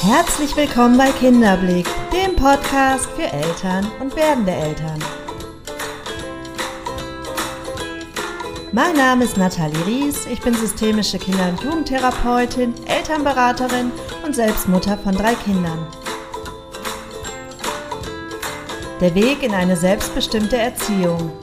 Herzlich willkommen bei Kinderblick, dem Podcast für Eltern und werdende Eltern. Mein Name ist Nathalie Ries, ich bin systemische Kinder- und Jugendtherapeutin, Elternberaterin und selbst Mutter von 3 Kindern. Der Weg in eine selbstbestimmte Erziehung.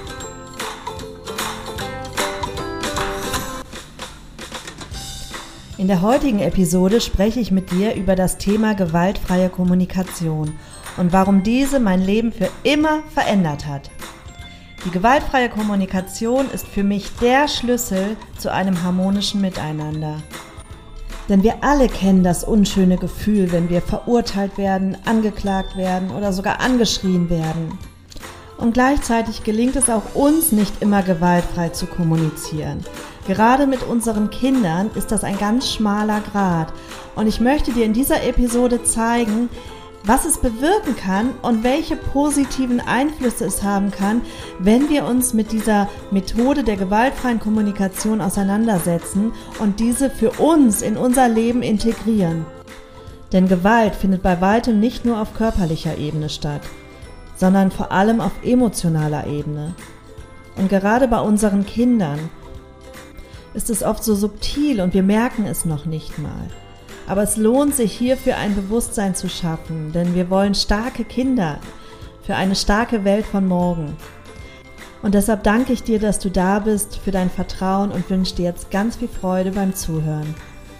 In der heutigen Episode spreche ich mit dir über das Thema gewaltfreie Kommunikation und warum diese mein Leben für immer verändert hat. Die gewaltfreie Kommunikation ist für mich der Schlüssel zu einem harmonischen Miteinander. Denn wir alle kennen das unschöne Gefühl, wenn wir verurteilt werden, angeklagt werden oder sogar angeschrien werden. Und gleichzeitig gelingt es auch uns nicht immer gewaltfrei zu kommunizieren. Gerade mit unseren Kindern ist das ein ganz schmaler Grat. Und ich möchte dir in dieser Episode zeigen, was es bewirken kann und welche positiven Einflüsse es haben kann, wenn wir uns mit dieser Methode der gewaltfreien Kommunikation auseinandersetzen und diese für uns in unser Leben integrieren. Denn Gewalt findet bei weitem nicht nur auf körperlicher Ebene statt, sondern vor allem auf emotionaler Ebene. Und gerade bei unseren Kindern ist es oft so subtil und wir merken es noch nicht mal. Aber es lohnt sich hierfür ein Bewusstsein zu schaffen, denn wir wollen starke Kinder für eine starke Welt von morgen. Und deshalb danke ich dir, dass du da bist, für dein Vertrauen und wünsche dir jetzt ganz viel Freude beim Zuhören.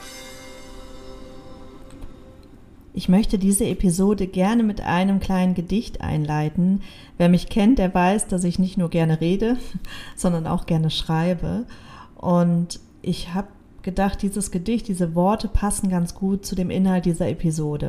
Ich möchte diese Episode gerne mit einem kleinen Gedicht einleiten. Wer mich kennt, der weiß, dass ich nicht nur gerne rede, sondern auch gerne schreibe. Und ich habe gedacht, dieses Gedicht, diese Worte passen ganz gut zu dem Inhalt dieser Episode.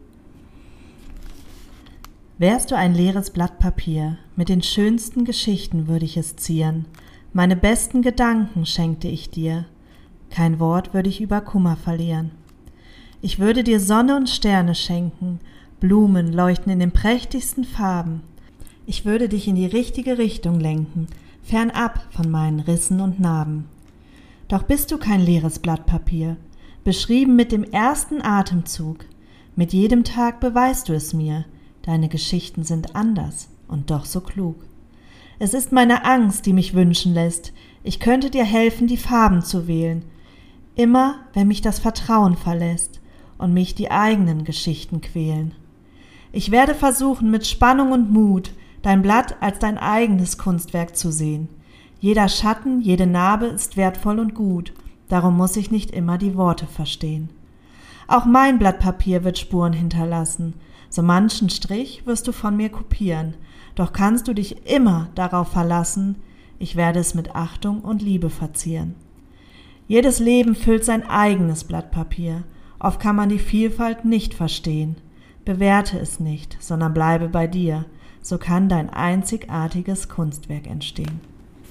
Wärst du ein leeres Blatt Papier, mit den schönsten Geschichten würde ich es zieren. Meine besten Gedanken schenkte ich dir, kein Wort würde ich über Kummer verlieren. Ich würde dir Sonne und Sterne schenken, Blumen leuchten in den prächtigsten Farben. Ich würde dich in die richtige Richtung lenken, fernab von meinen Rissen und Narben. Doch bist du kein leeres Blatt Papier, beschrieben mit dem ersten Atemzug. Mit jedem Tag beweist du es mir, deine Geschichten sind anders und doch so klug. Es ist meine Angst, die mich wünschen lässt, ich könnte dir helfen, die Farben zu wählen. Immer, wenn mich das Vertrauen verlässt und mich die eigenen Geschichten quälen. Ich werde versuchen, mit Spannung und Mut dein Blatt als dein eigenes Kunstwerk zu sehen. Jeder Schatten, jede Narbe ist wertvoll und gut, darum muss ich nicht immer die Worte verstehen. Auch mein Blatt Papier wird Spuren hinterlassen, so manchen Strich wirst du von mir kopieren, doch kannst du dich immer darauf verlassen, ich werde es mit Achtung und Liebe verzieren. Jedes Leben füllt sein eigenes Blatt Papier, oft kann man die Vielfalt nicht verstehen. Bewerte es nicht, sondern bleibe bei dir, so kann dein einzigartiges Kunstwerk entstehen.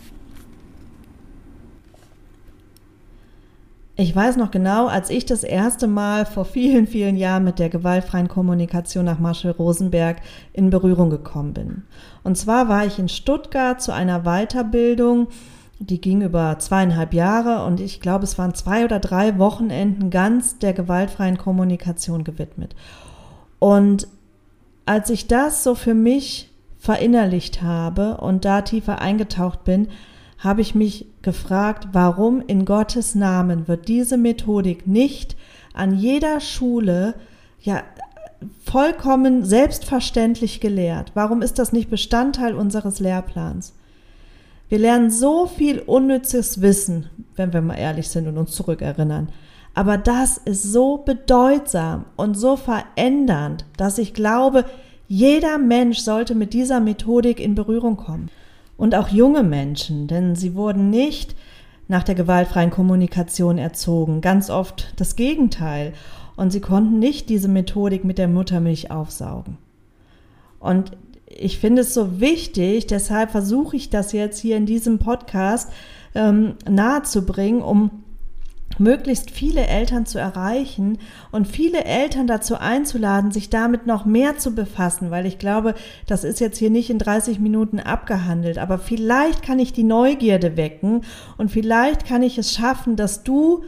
Ich weiß noch genau, als ich das erste Mal vor vielen, vielen Jahren mit der gewaltfreien Kommunikation nach Marshall Rosenberg in Berührung gekommen bin. Und zwar war ich in Stuttgart zu einer Weiterbildung, die ging über 2,5 Jahre und ich glaube, es waren 2 oder 3 Wochenenden ganz der gewaltfreien Kommunikation gewidmet. Und als ich das so für mich verinnerlicht habe und da tiefer eingetaucht bin, habe ich mich gefragt, warum in Gottes Namen wird diese Methodik nicht an jeder Schule vollkommen selbstverständlich gelehrt? Warum ist das nicht Bestandteil unseres Lehrplans? Wir lernen so viel unnützes Wissen, wenn wir mal ehrlich sind und uns zurückerinnern. Aber das ist so bedeutsam und so verändernd, dass ich glaube, jeder Mensch sollte mit dieser Methodik in Berührung kommen. Und auch junge Menschen, denn sie wurden nicht nach der gewaltfreien Kommunikation erzogen, ganz oft das Gegenteil. Und sie konnten nicht diese Methodik mit der Muttermilch aufsaugen. Und ich finde es so wichtig, deshalb versuche ich das jetzt hier in diesem Podcast nahezubringen, um möglichst viele Eltern zu erreichen und viele Eltern dazu einzuladen, sich damit noch mehr zu befassen, weil ich glaube, das ist jetzt hier nicht in 30 Minuten abgehandelt, aber vielleicht kann ich die Neugierde wecken und vielleicht kann ich es schaffen, dass du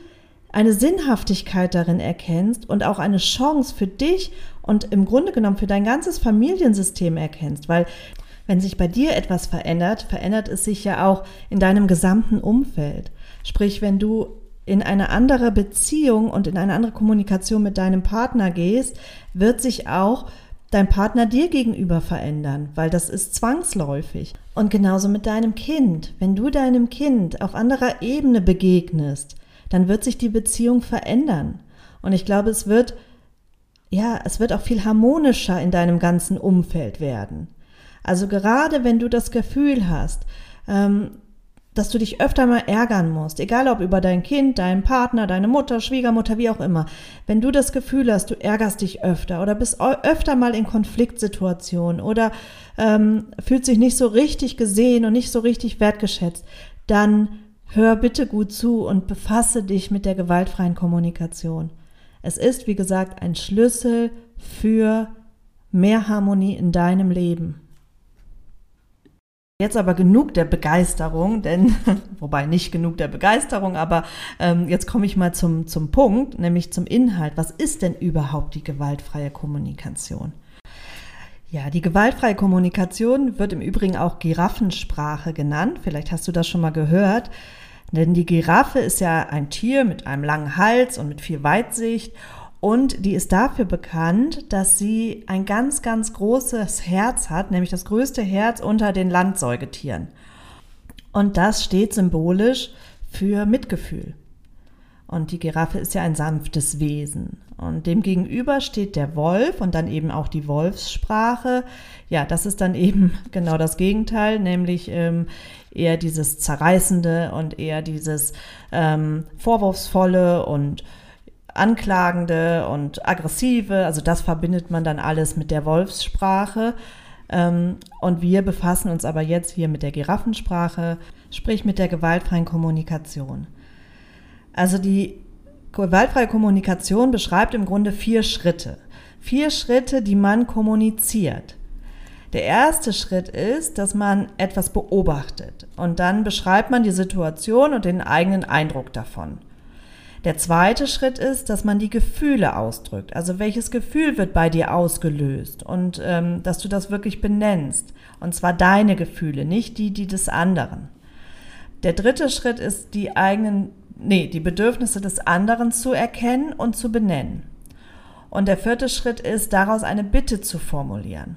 eine Sinnhaftigkeit darin erkennst und auch eine Chance für dich und im Grunde genommen für dein ganzes Familiensystem erkennst, weil wenn sich bei dir etwas verändert, verändert es sich ja auch in deinem gesamten Umfeld. Sprich, wenn du in eine andere Beziehung und in eine andere Kommunikation mit deinem Partner gehst, wird sich auch dein Partner dir gegenüber verändern, weil das ist zwangsläufig. Und genauso mit deinem Kind. Wenn du deinem Kind auf anderer Ebene begegnest, dann wird sich die Beziehung verändern. Und ich glaube, es wird auch viel harmonischer in deinem ganzen Umfeld werden. Also gerade wenn du das Gefühl hast, dass du dich öfter mal ärgern musst, egal ob über dein Kind, deinen Partner, deine Mutter, Schwiegermutter, wie auch immer, wenn du das Gefühl hast, du ärgerst dich öfter oder bist öfter mal in Konfliktsituationen oder fühlst dich nicht so richtig gesehen und nicht so richtig wertgeschätzt, dann hör bitte gut zu und befasse dich mit der gewaltfreien Kommunikation. Es ist, wie gesagt, ein Schlüssel für mehr Harmonie in deinem Leben. Jetzt aber genug der Begeisterung, wobei nicht genug der Begeisterung, aber jetzt komme ich mal zum Punkt, nämlich zum Inhalt. Was ist denn überhaupt die gewaltfreie Kommunikation? Ja, die gewaltfreie Kommunikation wird im Übrigen auch Giraffensprache genannt. Vielleicht hast du das schon mal gehört. Denn die Giraffe ist ja ein Tier mit einem langen Hals und mit viel Weitsicht. Und die ist dafür bekannt, dass sie ein ganz, ganz großes Herz hat, nämlich das größte Herz unter den Landsäugetieren. Und das steht symbolisch für Mitgefühl. Und die Giraffe ist ja ein sanftes Wesen. Und dem gegenüber steht der Wolf und dann eben auch die Wolfssprache. Ja, das ist dann eben genau das Gegenteil, nämlich eher dieses Zerreißende und eher dieses Vorwurfsvolle und Anklagende und Aggressive, also das verbindet man dann alles mit der Wolfssprache. Und wir befassen uns aber jetzt hier mit der Giraffensprache, sprich mit der gewaltfreien Kommunikation. Also die gewaltfreie Kommunikation beschreibt im Grunde 4 Schritte. 4 Schritte, die man kommuniziert. Der erste Schritt ist, dass man etwas beobachtet und dann beschreibt man die Situation und den eigenen Eindruck davon. Der zweite Schritt ist, dass man die Gefühle ausdrückt. Also welches Gefühl wird bei dir ausgelöst und dass du das wirklich benennst. Und zwar deine Gefühle, nicht die des anderen. Der dritte Schritt ist, die Bedürfnisse des anderen zu erkennen und zu benennen. Und der vierte Schritt ist, daraus eine Bitte zu formulieren.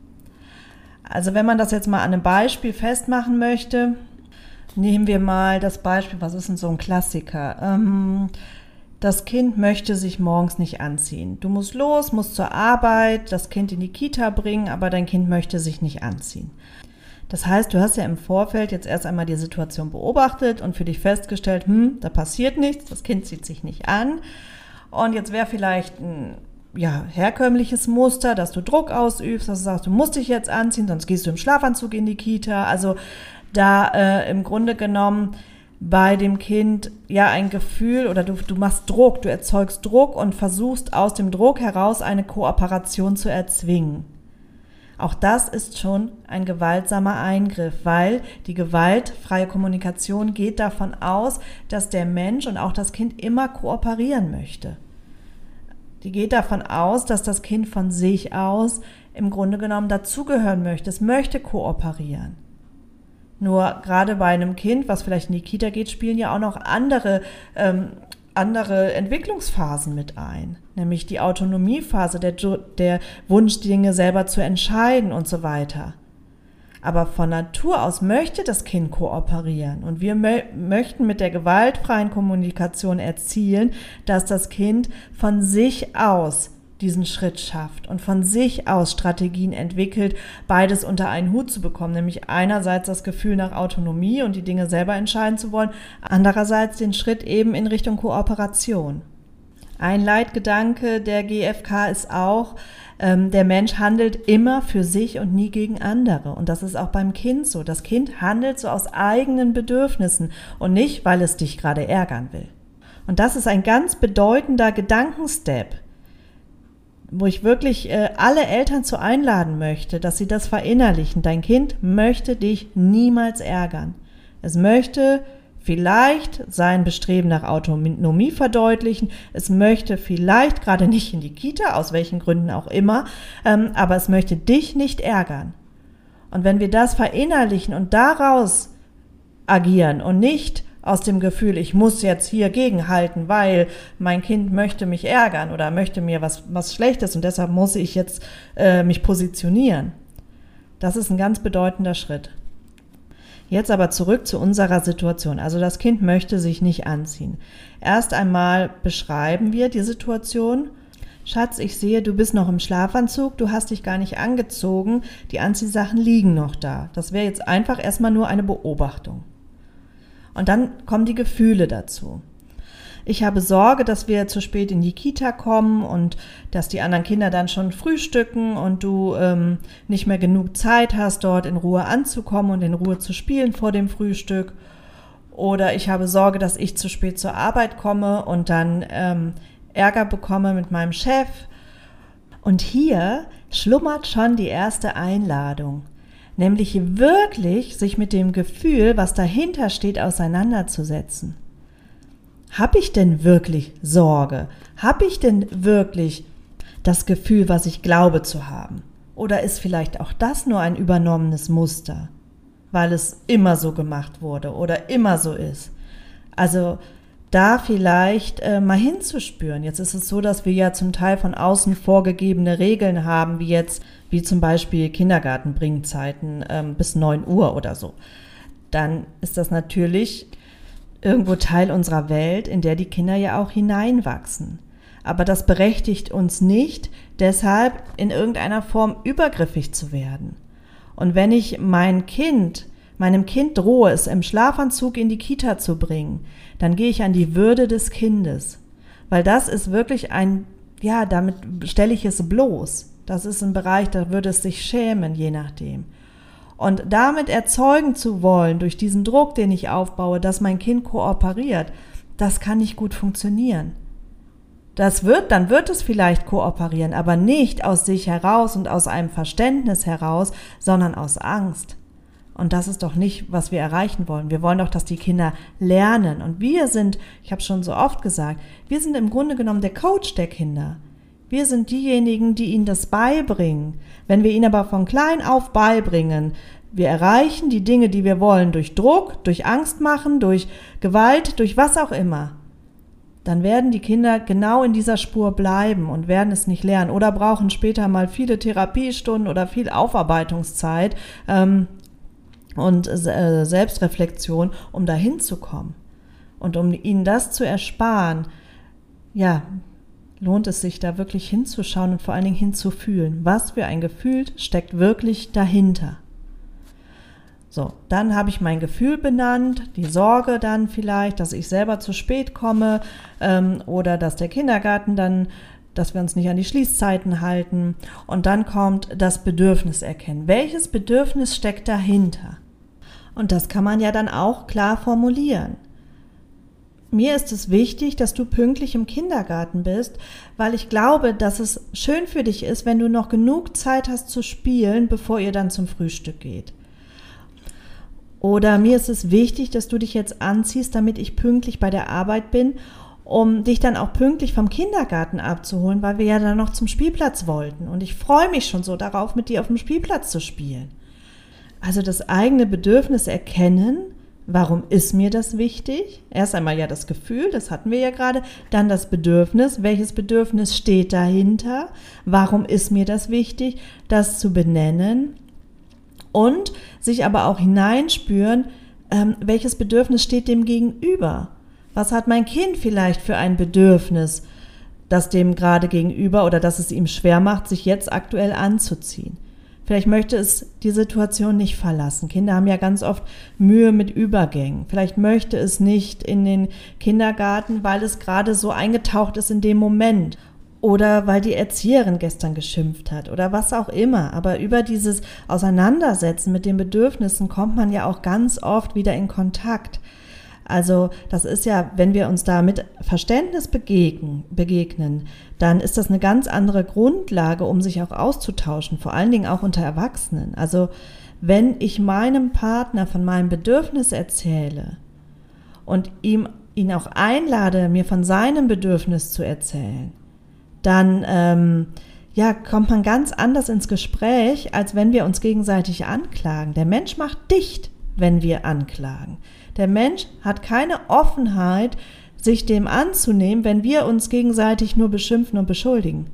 Also wenn man das jetzt mal an einem Beispiel festmachen möchte, nehmen wir mal das Beispiel, was ist denn so ein Klassiker? Das Kind möchte sich morgens nicht anziehen. Du musst zur Arbeit, das Kind in die Kita bringen, aber dein Kind möchte sich nicht anziehen. Das heißt, du hast ja im Vorfeld jetzt erst einmal die Situation beobachtet und für dich festgestellt, da passiert nichts, das Kind zieht sich nicht an. Und jetzt wäre vielleicht ein herkömmliches Muster, dass du Druck ausübst, dass du sagst, du musst dich jetzt anziehen, sonst gehst du im Schlafanzug in die Kita. Also da im Grunde genommen bei dem Kind ein Gefühl oder du machst Druck, du erzeugst Druck und versuchst aus dem Druck heraus eine Kooperation zu erzwingen. Auch das ist schon ein gewaltsamer Eingriff, weil die gewaltfreie Kommunikation geht davon aus, dass der Mensch und auch das Kind immer kooperieren möchte. Die geht davon aus, dass das Kind von sich aus im Grunde genommen dazugehören möchte. Es möchte kooperieren. Nur gerade bei einem Kind, was vielleicht in die Kita geht, spielen ja auch noch andere Entwicklungsphasen mit ein. Nämlich die Autonomiephase, der Wunsch, Dinge selber zu entscheiden und so weiter. Aber von Natur aus möchte das Kind kooperieren. Und wir möchten mit der gewaltfreien Kommunikation erzielen, dass das Kind von sich aus diesen Schritt schafft und von sich aus Strategien entwickelt, beides unter einen Hut zu bekommen, nämlich einerseits das Gefühl nach Autonomie und die Dinge selber entscheiden zu wollen, andererseits den Schritt eben in Richtung Kooperation. Ein Leitgedanke der GfK ist auch, der Mensch handelt immer für sich und nie gegen andere. Und das ist auch beim Kind so. Das Kind handelt so aus eigenen Bedürfnissen und nicht, weil es dich gerade ärgern will. Und das ist ein ganz bedeutender Gedankenstep, wo ich wirklich alle Eltern zu einladen möchte, dass sie das verinnerlichen. Dein Kind möchte dich niemals ärgern. Es möchte vielleicht sein Bestreben nach Autonomie verdeutlichen, es möchte vielleicht gerade nicht in die Kita, aus welchen Gründen auch immer, aber es möchte dich nicht ärgern. Und wenn wir das verinnerlichen und daraus agieren und nicht aus dem Gefühl, ich muss jetzt hier gegenhalten, weil mein Kind möchte mich ärgern oder möchte mir was Schlechtes und deshalb muss ich jetzt mich positionieren. Das ist ein ganz bedeutender Schritt. Jetzt aber zurück zu unserer Situation. Also das Kind möchte sich nicht anziehen. Erst einmal beschreiben wir die Situation. Schatz, ich sehe, du bist noch im Schlafanzug, du hast dich gar nicht angezogen, die Anziehsachen liegen noch da. Das wäre jetzt einfach erstmal nur eine Beobachtung. Und dann kommen die Gefühle dazu. Ich habe Sorge, dass wir zu spät in die Kita kommen und dass die anderen Kinder dann schon frühstücken und du nicht mehr genug Zeit hast, dort in Ruhe anzukommen und in Ruhe zu spielen vor dem Frühstück. Oder ich habe Sorge, dass ich zu spät zur Arbeit komme und dann Ärger bekomme mit meinem Chef. Und hier schlummert schon die erste Einladung. Nämlich wirklich sich mit dem Gefühl, was dahinter steht, auseinanderzusetzen. Habe ich denn wirklich Sorge? Habe ich denn wirklich das Gefühl, was ich glaube zu haben? Oder ist vielleicht auch das nur ein übernommenes Muster, weil es immer so gemacht wurde oder immer so ist? Also da vielleicht mal hinzuspüren. Jetzt ist es so, dass wir ja zum Teil von außen vorgegebene Regeln haben, wie zum Beispiel Kindergartenbringzeiten bis 9 Uhr oder so. Dann ist das natürlich irgendwo Teil unserer Welt, in der die Kinder ja auch hineinwachsen. Aber das berechtigt uns nicht, deshalb in irgendeiner Form übergriffig zu werden. Und wenn ich meinem Kind drohe, es im Schlafanzug in die Kita zu bringen, dann gehe ich an die Würde des Kindes. Weil das ist wirklich damit stelle ich es bloß. Das ist ein Bereich, da würde es sich schämen, je nachdem. Und damit erzeugen zu wollen, durch diesen Druck, den ich aufbaue, dass mein Kind kooperiert, das kann nicht gut funktionieren. Dann wird es vielleicht kooperieren, aber nicht aus sich heraus und aus einem Verständnis heraus, sondern aus Angst. Und das ist doch nicht, was wir erreichen wollen. Wir wollen doch, dass die Kinder lernen. Und ich habe schon so oft gesagt, wir sind im Grunde genommen der Coach der Kinder. Wir sind diejenigen, die ihnen das beibringen. Wenn wir ihnen aber von klein auf beibringen, wir erreichen die Dinge, die wir wollen, durch Druck, durch Angst machen, durch Gewalt, durch was auch immer, dann werden die Kinder genau in dieser Spur bleiben und werden es nicht lernen oder brauchen später mal viele Therapiestunden oder viel Aufarbeitungszeit und Selbstreflexion, um dahin zu kommen. Und um ihnen das zu ersparen, lohnt es sich da wirklich hinzuschauen und vor allen Dingen hinzufühlen. Was für ein Gefühl steckt wirklich dahinter? So, dann habe ich mein Gefühl benannt, die Sorge dann vielleicht, dass ich selber zu spät komme oder dass der Kindergarten dann, dass wir uns nicht an die Schließzeiten halten. Und dann kommt das Bedürfnis erkennen. Welches Bedürfnis steckt dahinter? Und das kann man ja dann auch klar formulieren. Mir ist es wichtig, dass du pünktlich im Kindergarten bist, weil ich glaube, dass es schön für dich ist, wenn du noch genug Zeit hast zu spielen, bevor ihr dann zum Frühstück geht. Oder mir ist es wichtig, dass du dich jetzt anziehst, damit ich pünktlich bei der Arbeit bin, um dich dann auch pünktlich vom Kindergarten abzuholen, weil wir ja dann noch zum Spielplatz wollten. Und ich freue mich schon so darauf, mit dir auf dem Spielplatz zu spielen. Also das eigene Bedürfnis erkennen. Warum ist mir das wichtig? Erst einmal ja das Gefühl, das hatten wir ja gerade. Dann das Bedürfnis. Welches Bedürfnis steht dahinter? Warum ist mir das wichtig? Das zu benennen. Und sich aber auch hineinspüren, welches Bedürfnis steht dem gegenüber? Was hat mein Kind vielleicht für ein Bedürfnis, das dem gerade gegenüber oder das es ihm schwer macht, sich jetzt aktuell anzuziehen? Vielleicht möchte es die Situation nicht verlassen. Kinder haben ja ganz oft Mühe mit Übergängen. Vielleicht möchte es nicht in den Kindergarten, weil es gerade so eingetaucht ist in dem Moment. Oder weil die Erzieherin gestern geschimpft hat oder was auch immer. Aber über dieses Auseinandersetzen mit den Bedürfnissen kommt man ja auch ganz oft wieder in Kontakt. Also das ist ja, wenn wir uns da mit Verständnis begegnen, dann ist das eine ganz andere Grundlage, um sich auch auszutauschen, vor allen Dingen auch unter Erwachsenen. Also wenn ich meinem Partner von meinem Bedürfnis erzähle und ihn auch einlade, mir von seinem Bedürfnis zu erzählen, dann kommt man ganz anders ins Gespräch, als wenn wir uns gegenseitig anklagen. Der Mensch macht dicht, wenn wir anklagen. Der Mensch hat keine Offenheit, sich dem anzunehmen, wenn wir uns gegenseitig nur beschimpfen und beschuldigen.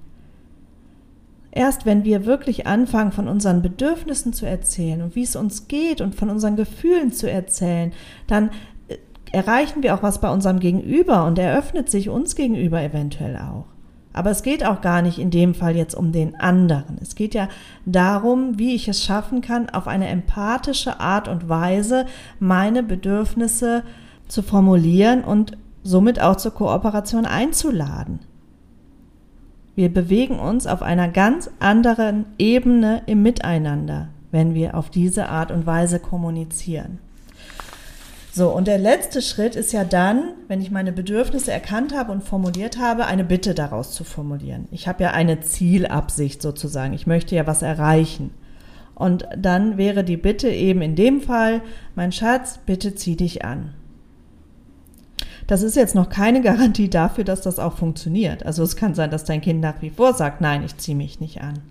Erst wenn wir wirklich anfangen, von unseren Bedürfnissen zu erzählen und wie es uns geht und von unseren Gefühlen zu erzählen, dann erreichen wir auch was bei unserem Gegenüber und er öffnet sich uns gegenüber eventuell auch. Aber es geht auch gar nicht in dem Fall jetzt um den anderen. Es geht ja darum, wie ich es schaffen kann, auf eine empathische Art und Weise meine Bedürfnisse zu formulieren und somit auch zur Kooperation einzuladen. Wir bewegen uns auf einer ganz anderen Ebene im Miteinander, wenn wir auf diese Art und Weise kommunizieren. So, und der letzte Schritt ist ja dann, wenn ich meine Bedürfnisse erkannt habe und formuliert habe, eine Bitte daraus zu formulieren. Ich habe ja eine Zielabsicht sozusagen, ich möchte ja was erreichen. Und dann wäre die Bitte eben in dem Fall, mein Schatz, bitte zieh dich an. Das ist jetzt noch keine Garantie dafür, dass das auch funktioniert. Also es kann sein, dass dein Kind nach wie vor sagt, nein, ich ziehe mich nicht an.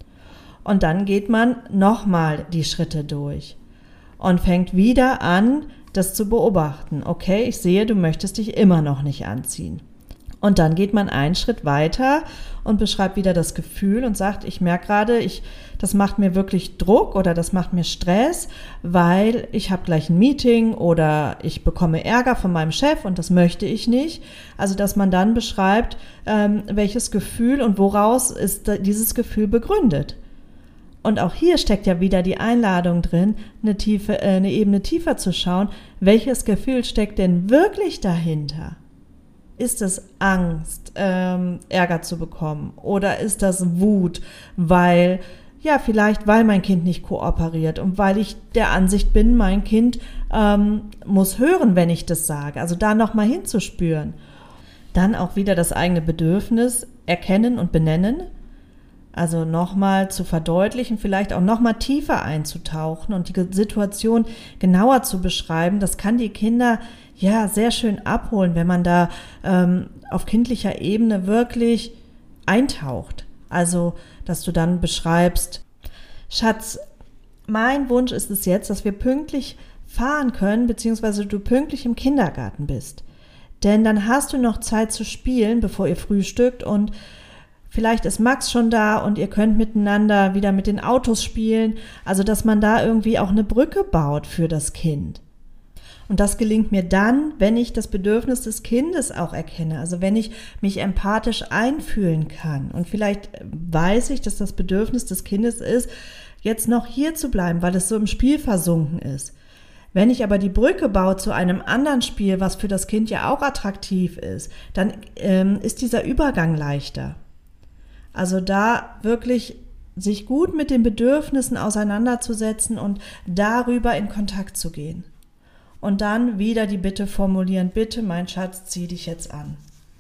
Und dann geht man nochmal die Schritte durch und fängt wieder an, das zu beobachten. Okay, ich sehe, du möchtest dich immer noch nicht anziehen. Und dann geht man einen Schritt weiter und beschreibt wieder das Gefühl und sagt, ich merke gerade, das macht mir wirklich Druck oder das macht mir Stress, weil ich habe gleich ein Meeting oder ich bekomme Ärger von meinem Chef und das möchte ich nicht. Also, dass man dann beschreibt, welches Gefühl und woraus ist dieses Gefühl begründet. Und auch hier steckt ja wieder die Einladung drin, eine Ebene tiefer zu schauen, welches Gefühl steckt denn wirklich dahinter? Ist es Angst, Ärger zu bekommen? Oder ist das Wut, weil mein Kind nicht kooperiert und weil ich der Ansicht bin, mein Kind muss hören, wenn ich das sage. Also da nochmal hinzuspüren. Dann auch wieder das eigene Bedürfnis erkennen und benennen. Also nochmal zu verdeutlichen, vielleicht auch nochmal tiefer einzutauchen und die Situation genauer zu beschreiben. Das kann die Kinder sehr schön abholen, wenn man da auf kindlicher Ebene wirklich eintaucht. Also, dass du dann beschreibst, Schatz, mein Wunsch ist es jetzt, dass wir pünktlich fahren können, beziehungsweise du pünktlich im Kindergarten bist. Denn dann hast du noch Zeit zu spielen, bevor ihr frühstückt und vielleicht ist Max schon da und ihr könnt miteinander wieder mit den Autos spielen. Also, dass man da irgendwie auch eine Brücke baut für das Kind. Und das gelingt mir dann, wenn ich das Bedürfnis des Kindes auch erkenne. Also wenn ich mich empathisch einfühlen kann. Und vielleicht weiß ich, dass das Bedürfnis des Kindes ist, jetzt noch hier zu bleiben, weil es so im Spiel versunken ist. Wenn ich aber die Brücke baue zu einem anderen Spiel, was für das Kind ja auch attraktiv ist, dann ist dieser Übergang leichter. Also da wirklich sich gut mit den Bedürfnissen auseinanderzusetzen und darüber in Kontakt zu gehen. Und dann wieder die Bitte formulieren, bitte, mein Schatz, zieh dich jetzt an.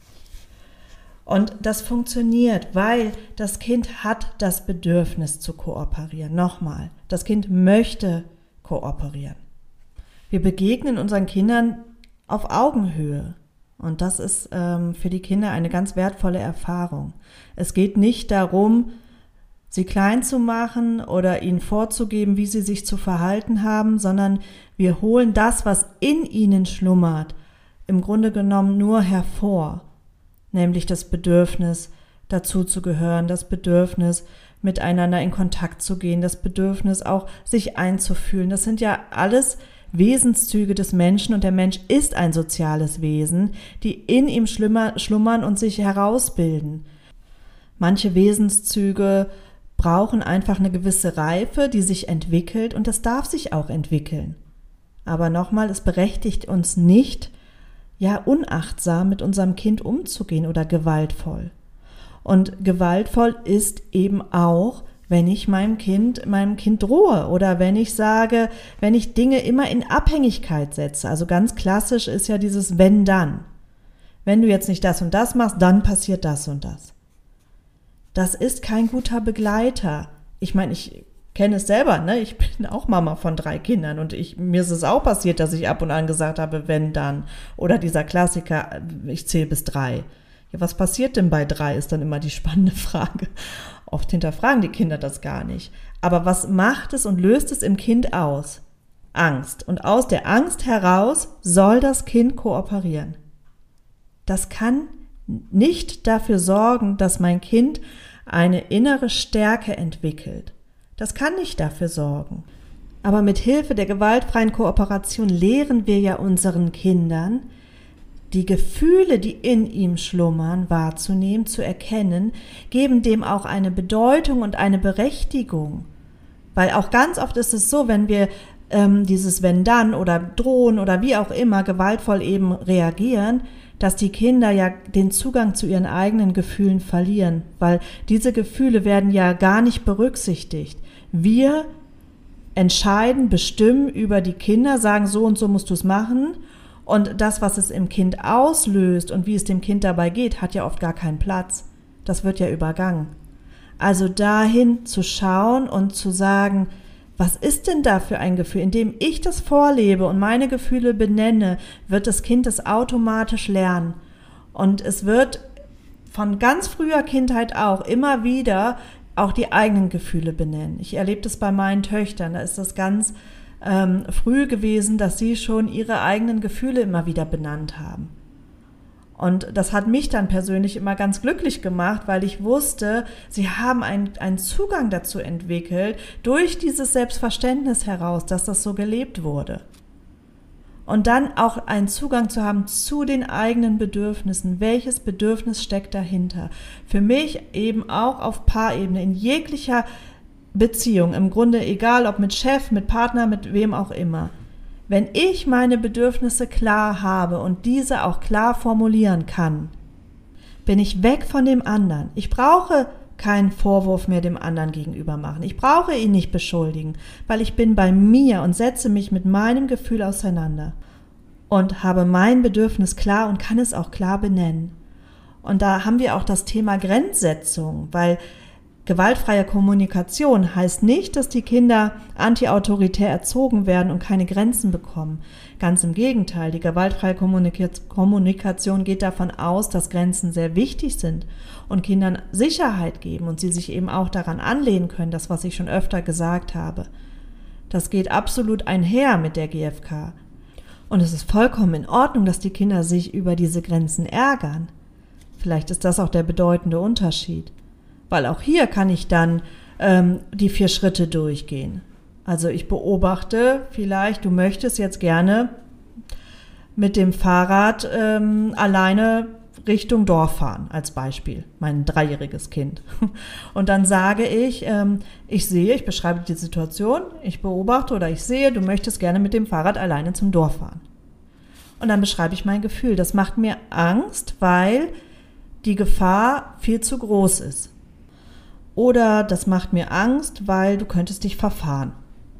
Und das funktioniert, weil das Kind hat das Bedürfnis zu kooperieren. Nochmal, das Kind möchte kooperieren. Wir begegnen unseren Kindern auf Augenhöhe. Und das ist für die Kinder eine ganz wertvolle Erfahrung. Es geht nicht darum, sie klein zu machen oder ihnen vorzugeben, wie sie sich zu verhalten haben, sondern wir holen das, was in ihnen schlummert, im Grunde genommen nur hervor, nämlich das Bedürfnis, dazuzugehören, das Bedürfnis, miteinander in Kontakt zu gehen, das Bedürfnis auch, sich einzufühlen. Das sind ja alles Wesenszüge des Menschen und der Mensch ist ein soziales Wesen, die in ihm schlummern und sich herausbilden. Manche Wesenszüge brauchen einfach eine gewisse Reife, die sich entwickelt und das darf sich auch entwickeln. Aber nochmal, es berechtigt uns nicht, unachtsam mit unserem Kind umzugehen oder gewaltvoll. Und gewaltvoll ist eben auch, wenn ich meinem Kind drohe oder wenn ich sage, wenn ich Dinge immer in Abhängigkeit setze. Also ganz klassisch ist ja dieses wenn dann. Wenn du jetzt nicht das und das machst, dann passiert das und das. Das ist kein guter Begleiter. Ich meine, ich kenne es selber, ne? Ich bin auch Mama von 3 Kindern und mir ist es auch passiert, dass ich ab und an gesagt habe, wenn dann. Oder dieser Klassiker, ich zähle bis 3. Ja, was passiert denn bei 3, ist dann immer die spannende Frage. Oft hinterfragen die Kinder das gar nicht. Aber was macht es und löst es im Kind aus? Angst. Und aus der Angst heraus soll das Kind kooperieren. Das kann nicht dafür sorgen, dass mein Kind eine innere Stärke entwickelt. Das kann nicht dafür sorgen. Aber mit Hilfe der gewaltfreien Kooperation lehren wir ja unseren Kindern, die Gefühle, die in ihm schlummern, wahrzunehmen, zu erkennen, geben dem auch eine Bedeutung und eine Berechtigung. Weil auch ganz oft ist es so, wenn wir dieses Wenn dann oder drohen oder wie auch immer gewaltvoll eben reagieren, dass die Kinder ja den Zugang zu ihren eigenen Gefühlen verlieren, weil diese Gefühle werden ja gar nicht berücksichtigt. Wir entscheiden, bestimmen über die Kinder, sagen, so und so musst du es machen, und das, was es im Kind auslöst und wie es dem Kind dabei geht, hat ja oft gar keinen Platz. Das wird ja übergangen. Also dahin zu schauen und zu sagen, was ist denn da für ein Gefühl? Indem ich das vorlebe und meine Gefühle benenne, wird das Kind es automatisch lernen. Und es wird von ganz früher Kindheit auch immer wieder auch die eigenen Gefühle benennen. Ich erlebe das bei meinen Töchtern, da ist das ganz früh gewesen, dass sie schon ihre eigenen Gefühle immer wieder benannt haben. Und das hat mich dann persönlich immer ganz glücklich gemacht, weil ich wusste, sie haben einen Zugang dazu entwickelt, durch dieses Selbstverständnis heraus, dass das so gelebt wurde. Und dann auch einen Zugang zu haben zu den eigenen Bedürfnissen. Welches Bedürfnis steckt dahinter? Für mich eben auch auf Paarebene, in jeglicher Beziehung, im Grunde egal, ob mit Chef, mit Partner, mit wem auch immer. Wenn ich meine Bedürfnisse klar habe und diese auch klar formulieren kann, bin ich weg von dem anderen. Ich brauche keinen Vorwurf mehr dem anderen gegenüber machen. Ich brauche ihn nicht beschuldigen, weil ich bin bei mir und setze mich mit meinem Gefühl auseinander und habe mein Bedürfnis klar und kann es auch klar benennen. Und da haben wir auch das Thema Grenzsetzung, weil gewaltfreie Kommunikation heißt nicht, dass die Kinder antiautoritär erzogen werden und keine Grenzen bekommen. Ganz im Gegenteil, die gewaltfreie Kommunikation geht davon aus, dass Grenzen sehr wichtig sind und Kindern Sicherheit geben und sie sich eben auch daran anlehnen können, das, was ich schon öfter gesagt habe. Das geht absolut einher mit der GfK. Und es ist vollkommen in Ordnung, dass die Kinder sich über diese Grenzen ärgern. Vielleicht ist das auch der bedeutende Unterschied. Weil auch hier kann ich dann die 4 Schritte durchgehen. Also ich beobachte vielleicht, du möchtest jetzt gerne mit dem Fahrrad alleine Richtung Dorf fahren, als Beispiel, mein 3-jähriges Kind. Und dann sage ich, ich beschreibe die Situation, ich beobachte oder ich sehe, du möchtest gerne mit dem Fahrrad alleine zum Dorf fahren. Und dann beschreibe ich mein Gefühl. Das macht mir Angst, weil die Gefahr viel zu groß ist. Oder das macht mir Angst, weil du könntest dich verfahren.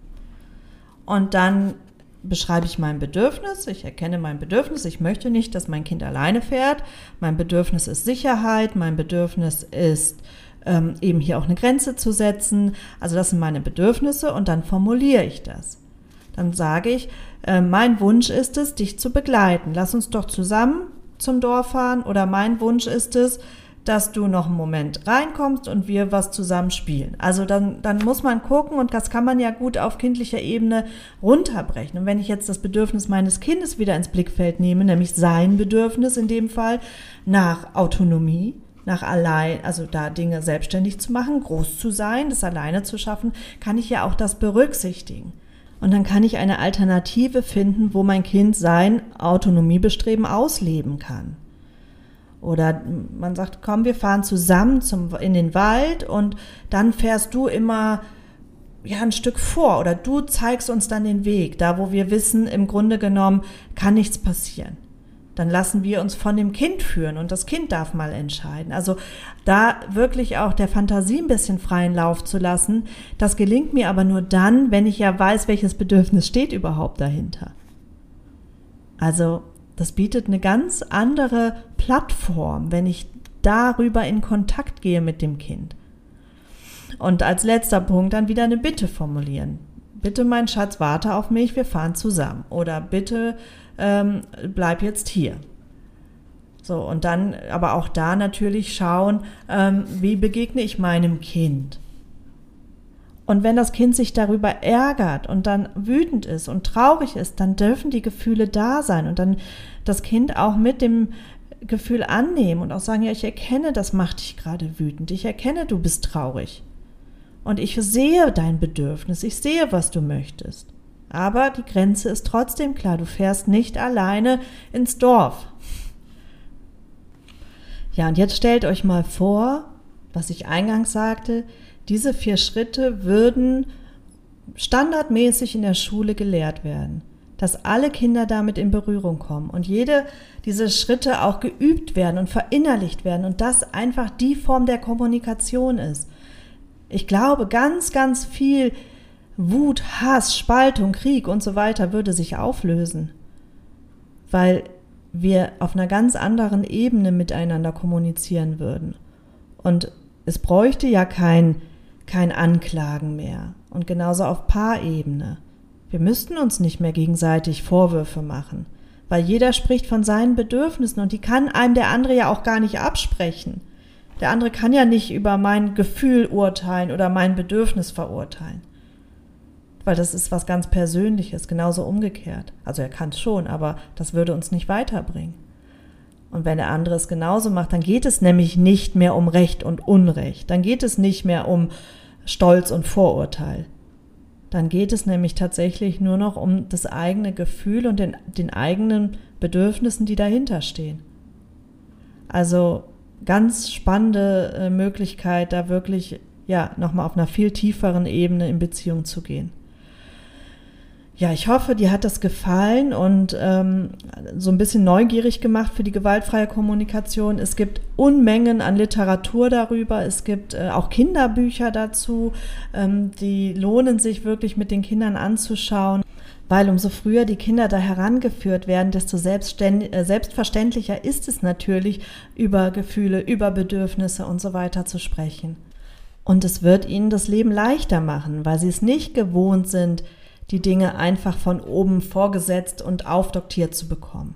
Und dann beschreibe ich mein Bedürfnis, ich erkenne mein Bedürfnis, ich möchte nicht, dass mein Kind alleine fährt, mein Bedürfnis ist Sicherheit, mein Bedürfnis ist eben hier auch eine Grenze zu setzen, also das sind meine Bedürfnisse und dann formuliere ich das. Dann sage ich, mein Wunsch ist es, dich zu begleiten, lass uns doch zusammen zum Dorf fahren oder mein Wunsch ist es, dass du noch einen Moment reinkommst und wir was zusammen spielen. Also dann muss man gucken und das kann man ja gut auf kindlicher Ebene runterbrechen. Und wenn ich jetzt das Bedürfnis meines Kindes wieder ins Blickfeld nehme, nämlich sein Bedürfnis in dem Fall nach Autonomie, nach allein, also da Dinge selbstständig zu machen, groß zu sein, das alleine zu schaffen, kann ich ja auch das berücksichtigen. Und dann kann ich eine Alternative finden, wo mein Kind sein Autonomiebestreben ausleben kann. Oder man sagt, komm, wir fahren zusammen in den Wald und dann fährst du immer ein Stück vor oder du zeigst uns dann den Weg, da wo wir wissen, im Grunde genommen kann nichts passieren. Dann lassen wir uns von dem Kind führen und das Kind darf mal entscheiden. Also da wirklich auch der Fantasie ein bisschen freien Lauf zu lassen, das gelingt mir aber nur dann, wenn ich ja weiß, welches Bedürfnis steht überhaupt dahinter. Also das bietet eine ganz andere Plattform, wenn ich darüber in Kontakt gehe mit dem Kind. Und als letzter Punkt dann wieder eine Bitte formulieren. Bitte, mein Schatz, warte auf mich, wir fahren zusammen. Oder bitte, bleib jetzt hier. So, und dann aber auch da natürlich schauen, wie begegne ich meinem Kind? Und wenn das Kind sich darüber ärgert und dann wütend ist und traurig ist, dann dürfen die Gefühle da sein und dann das Kind auch mit dem Gefühl annehmen und auch sagen, ja, ich erkenne, das macht dich gerade wütend, ich erkenne, du bist traurig und ich sehe dein Bedürfnis, ich sehe, was du möchtest. Aber die Grenze ist trotzdem klar, du fährst nicht alleine ins Dorf. Ja, und jetzt stellt euch mal vor, was ich eingangs sagte, diese 4 Schritte würden standardmäßig in der Schule gelehrt werden, dass alle Kinder damit in Berührung kommen und jede dieser Schritte auch geübt werden und verinnerlicht werden und das einfach die Form der Kommunikation ist. Ich glaube, ganz, ganz viel Wut, Hass, Spaltung, Krieg und so weiter würde sich auflösen, weil wir auf einer ganz anderen Ebene miteinander kommunizieren würden. Und es bräuchte ja kein Anklagen mehr. Und genauso auf Paarebene. Wir müssten uns nicht mehr gegenseitig Vorwürfe machen, weil jeder spricht von seinen Bedürfnissen und die kann einem der andere ja auch gar nicht absprechen. Der andere kann ja nicht über mein Gefühl urteilen oder mein Bedürfnis verurteilen. Weil das ist was ganz Persönliches, genauso umgekehrt. Also er kann es schon, aber das würde uns nicht weiterbringen. Und wenn der andere es genauso macht, dann geht es nämlich nicht mehr um Recht und Unrecht. Dann geht es nicht mehr um Stolz und Vorurteil. Dann geht es nämlich tatsächlich nur noch um das eigene Gefühl und den eigenen Bedürfnissen, die dahinter stehen. Also ganz spannende Möglichkeit, da wirklich nochmal auf einer viel tieferen Ebene in Beziehung zu gehen. Ja, ich hoffe, dir hat das gefallen und so ein bisschen neugierig gemacht für die gewaltfreie Kommunikation. Es gibt Unmengen an Literatur darüber, es gibt auch Kinderbücher dazu, die lohnen sich wirklich mit den Kindern anzuschauen, weil umso früher die Kinder da herangeführt werden, desto selbstverständlicher ist es natürlich, über Gefühle, über Bedürfnisse und so weiter zu sprechen. Und es wird ihnen das Leben leichter machen, weil sie es nicht gewohnt sind, die Dinge einfach von oben vorgesetzt und aufdoktiert zu bekommen.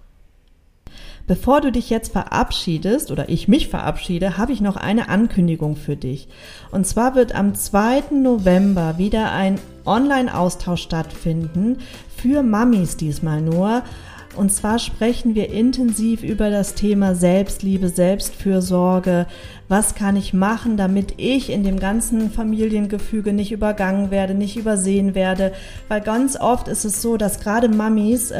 Bevor du dich jetzt verabschiedest oder ich mich verabschiede, habe ich noch eine Ankündigung für dich. Und zwar wird am 2. November wieder ein Online-Austausch stattfinden, für Mamis diesmal nur. Und zwar sprechen wir intensiv über das Thema Selbstliebe, Selbstfürsorge. Was kann ich machen, damit ich in dem ganzen Familiengefüge nicht übergangen werde, nicht übersehen werde? Weil ganz oft ist es so, dass gerade Mamis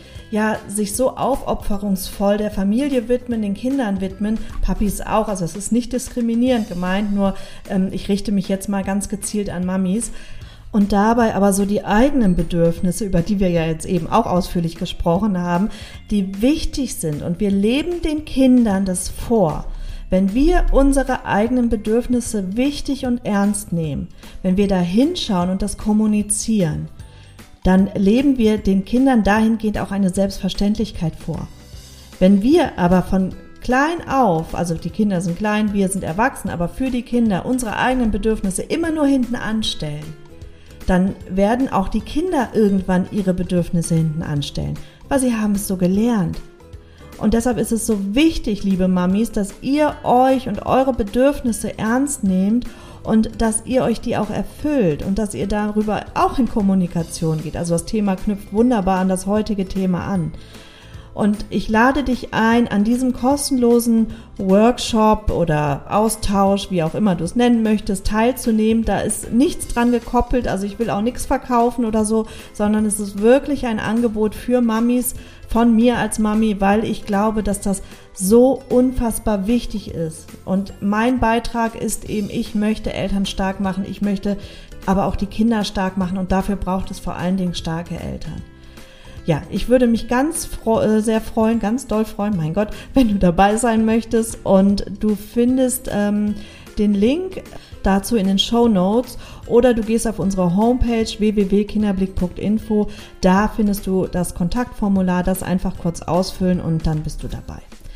sich so aufopferungsvoll der Familie widmen, den Kindern widmen, Papis auch, also es ist nicht diskriminierend gemeint, nur ich richte mich jetzt mal ganz gezielt an Mamis. Und dabei aber so die eigenen Bedürfnisse, über die wir ja jetzt eben auch ausführlich gesprochen haben, die wichtig sind. Und wir leben den Kindern das vor. Wenn wir unsere eigenen Bedürfnisse wichtig und ernst nehmen, wenn wir da hinschauen und das kommunizieren, dann leben wir den Kindern dahingehend auch eine Selbstverständlichkeit vor. Wenn wir aber von klein auf, also die Kinder sind klein, wir sind erwachsen, aber für die Kinder unsere eigenen Bedürfnisse immer nur hinten anstellen, dann werden auch die Kinder irgendwann ihre Bedürfnisse hinten anstellen, weil sie haben es so gelernt. Und deshalb ist es so wichtig, liebe Mamis, dass ihr euch und eure Bedürfnisse ernst nehmt und dass ihr euch die auch erfüllt und dass ihr darüber auch in Kommunikation geht. Also das Thema knüpft wunderbar an das heutige Thema an. Und ich lade dich ein, an diesem kostenlosen Workshop oder Austausch, wie auch immer du es nennen möchtest, teilzunehmen. Da ist nichts dran gekoppelt, also ich will auch nichts verkaufen oder so, sondern es ist wirklich ein Angebot für Mamis, von mir als Mami, weil ich glaube, dass das so unfassbar wichtig ist. Und mein Beitrag ist eben, ich möchte Eltern stark machen, ich möchte aber auch die Kinder stark machen und dafür braucht es vor allen Dingen starke Eltern. Ja, ich würde mich sehr freuen, ganz doll freuen, mein Gott, wenn du dabei sein möchtest und du findest den Link dazu in den Shownotes oder du gehst auf unsere Homepage www.kinderblick.info, da findest du das Kontaktformular, das einfach kurz ausfüllen und dann bist du dabei.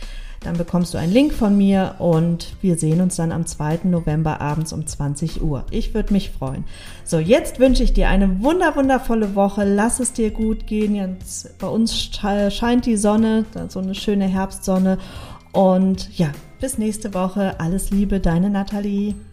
dann bekommst du einen Link von mir und wir sehen uns dann am 2. November abends um 20 Uhr. Ich würde mich freuen. So, jetzt wünsche ich dir eine wundervolle Woche. Lass es dir gut gehen. Jetzt bei uns scheint die Sonne, so eine schöne Herbstsonne. Und ja, bis nächste Woche. Alles Liebe, deine Nathalie.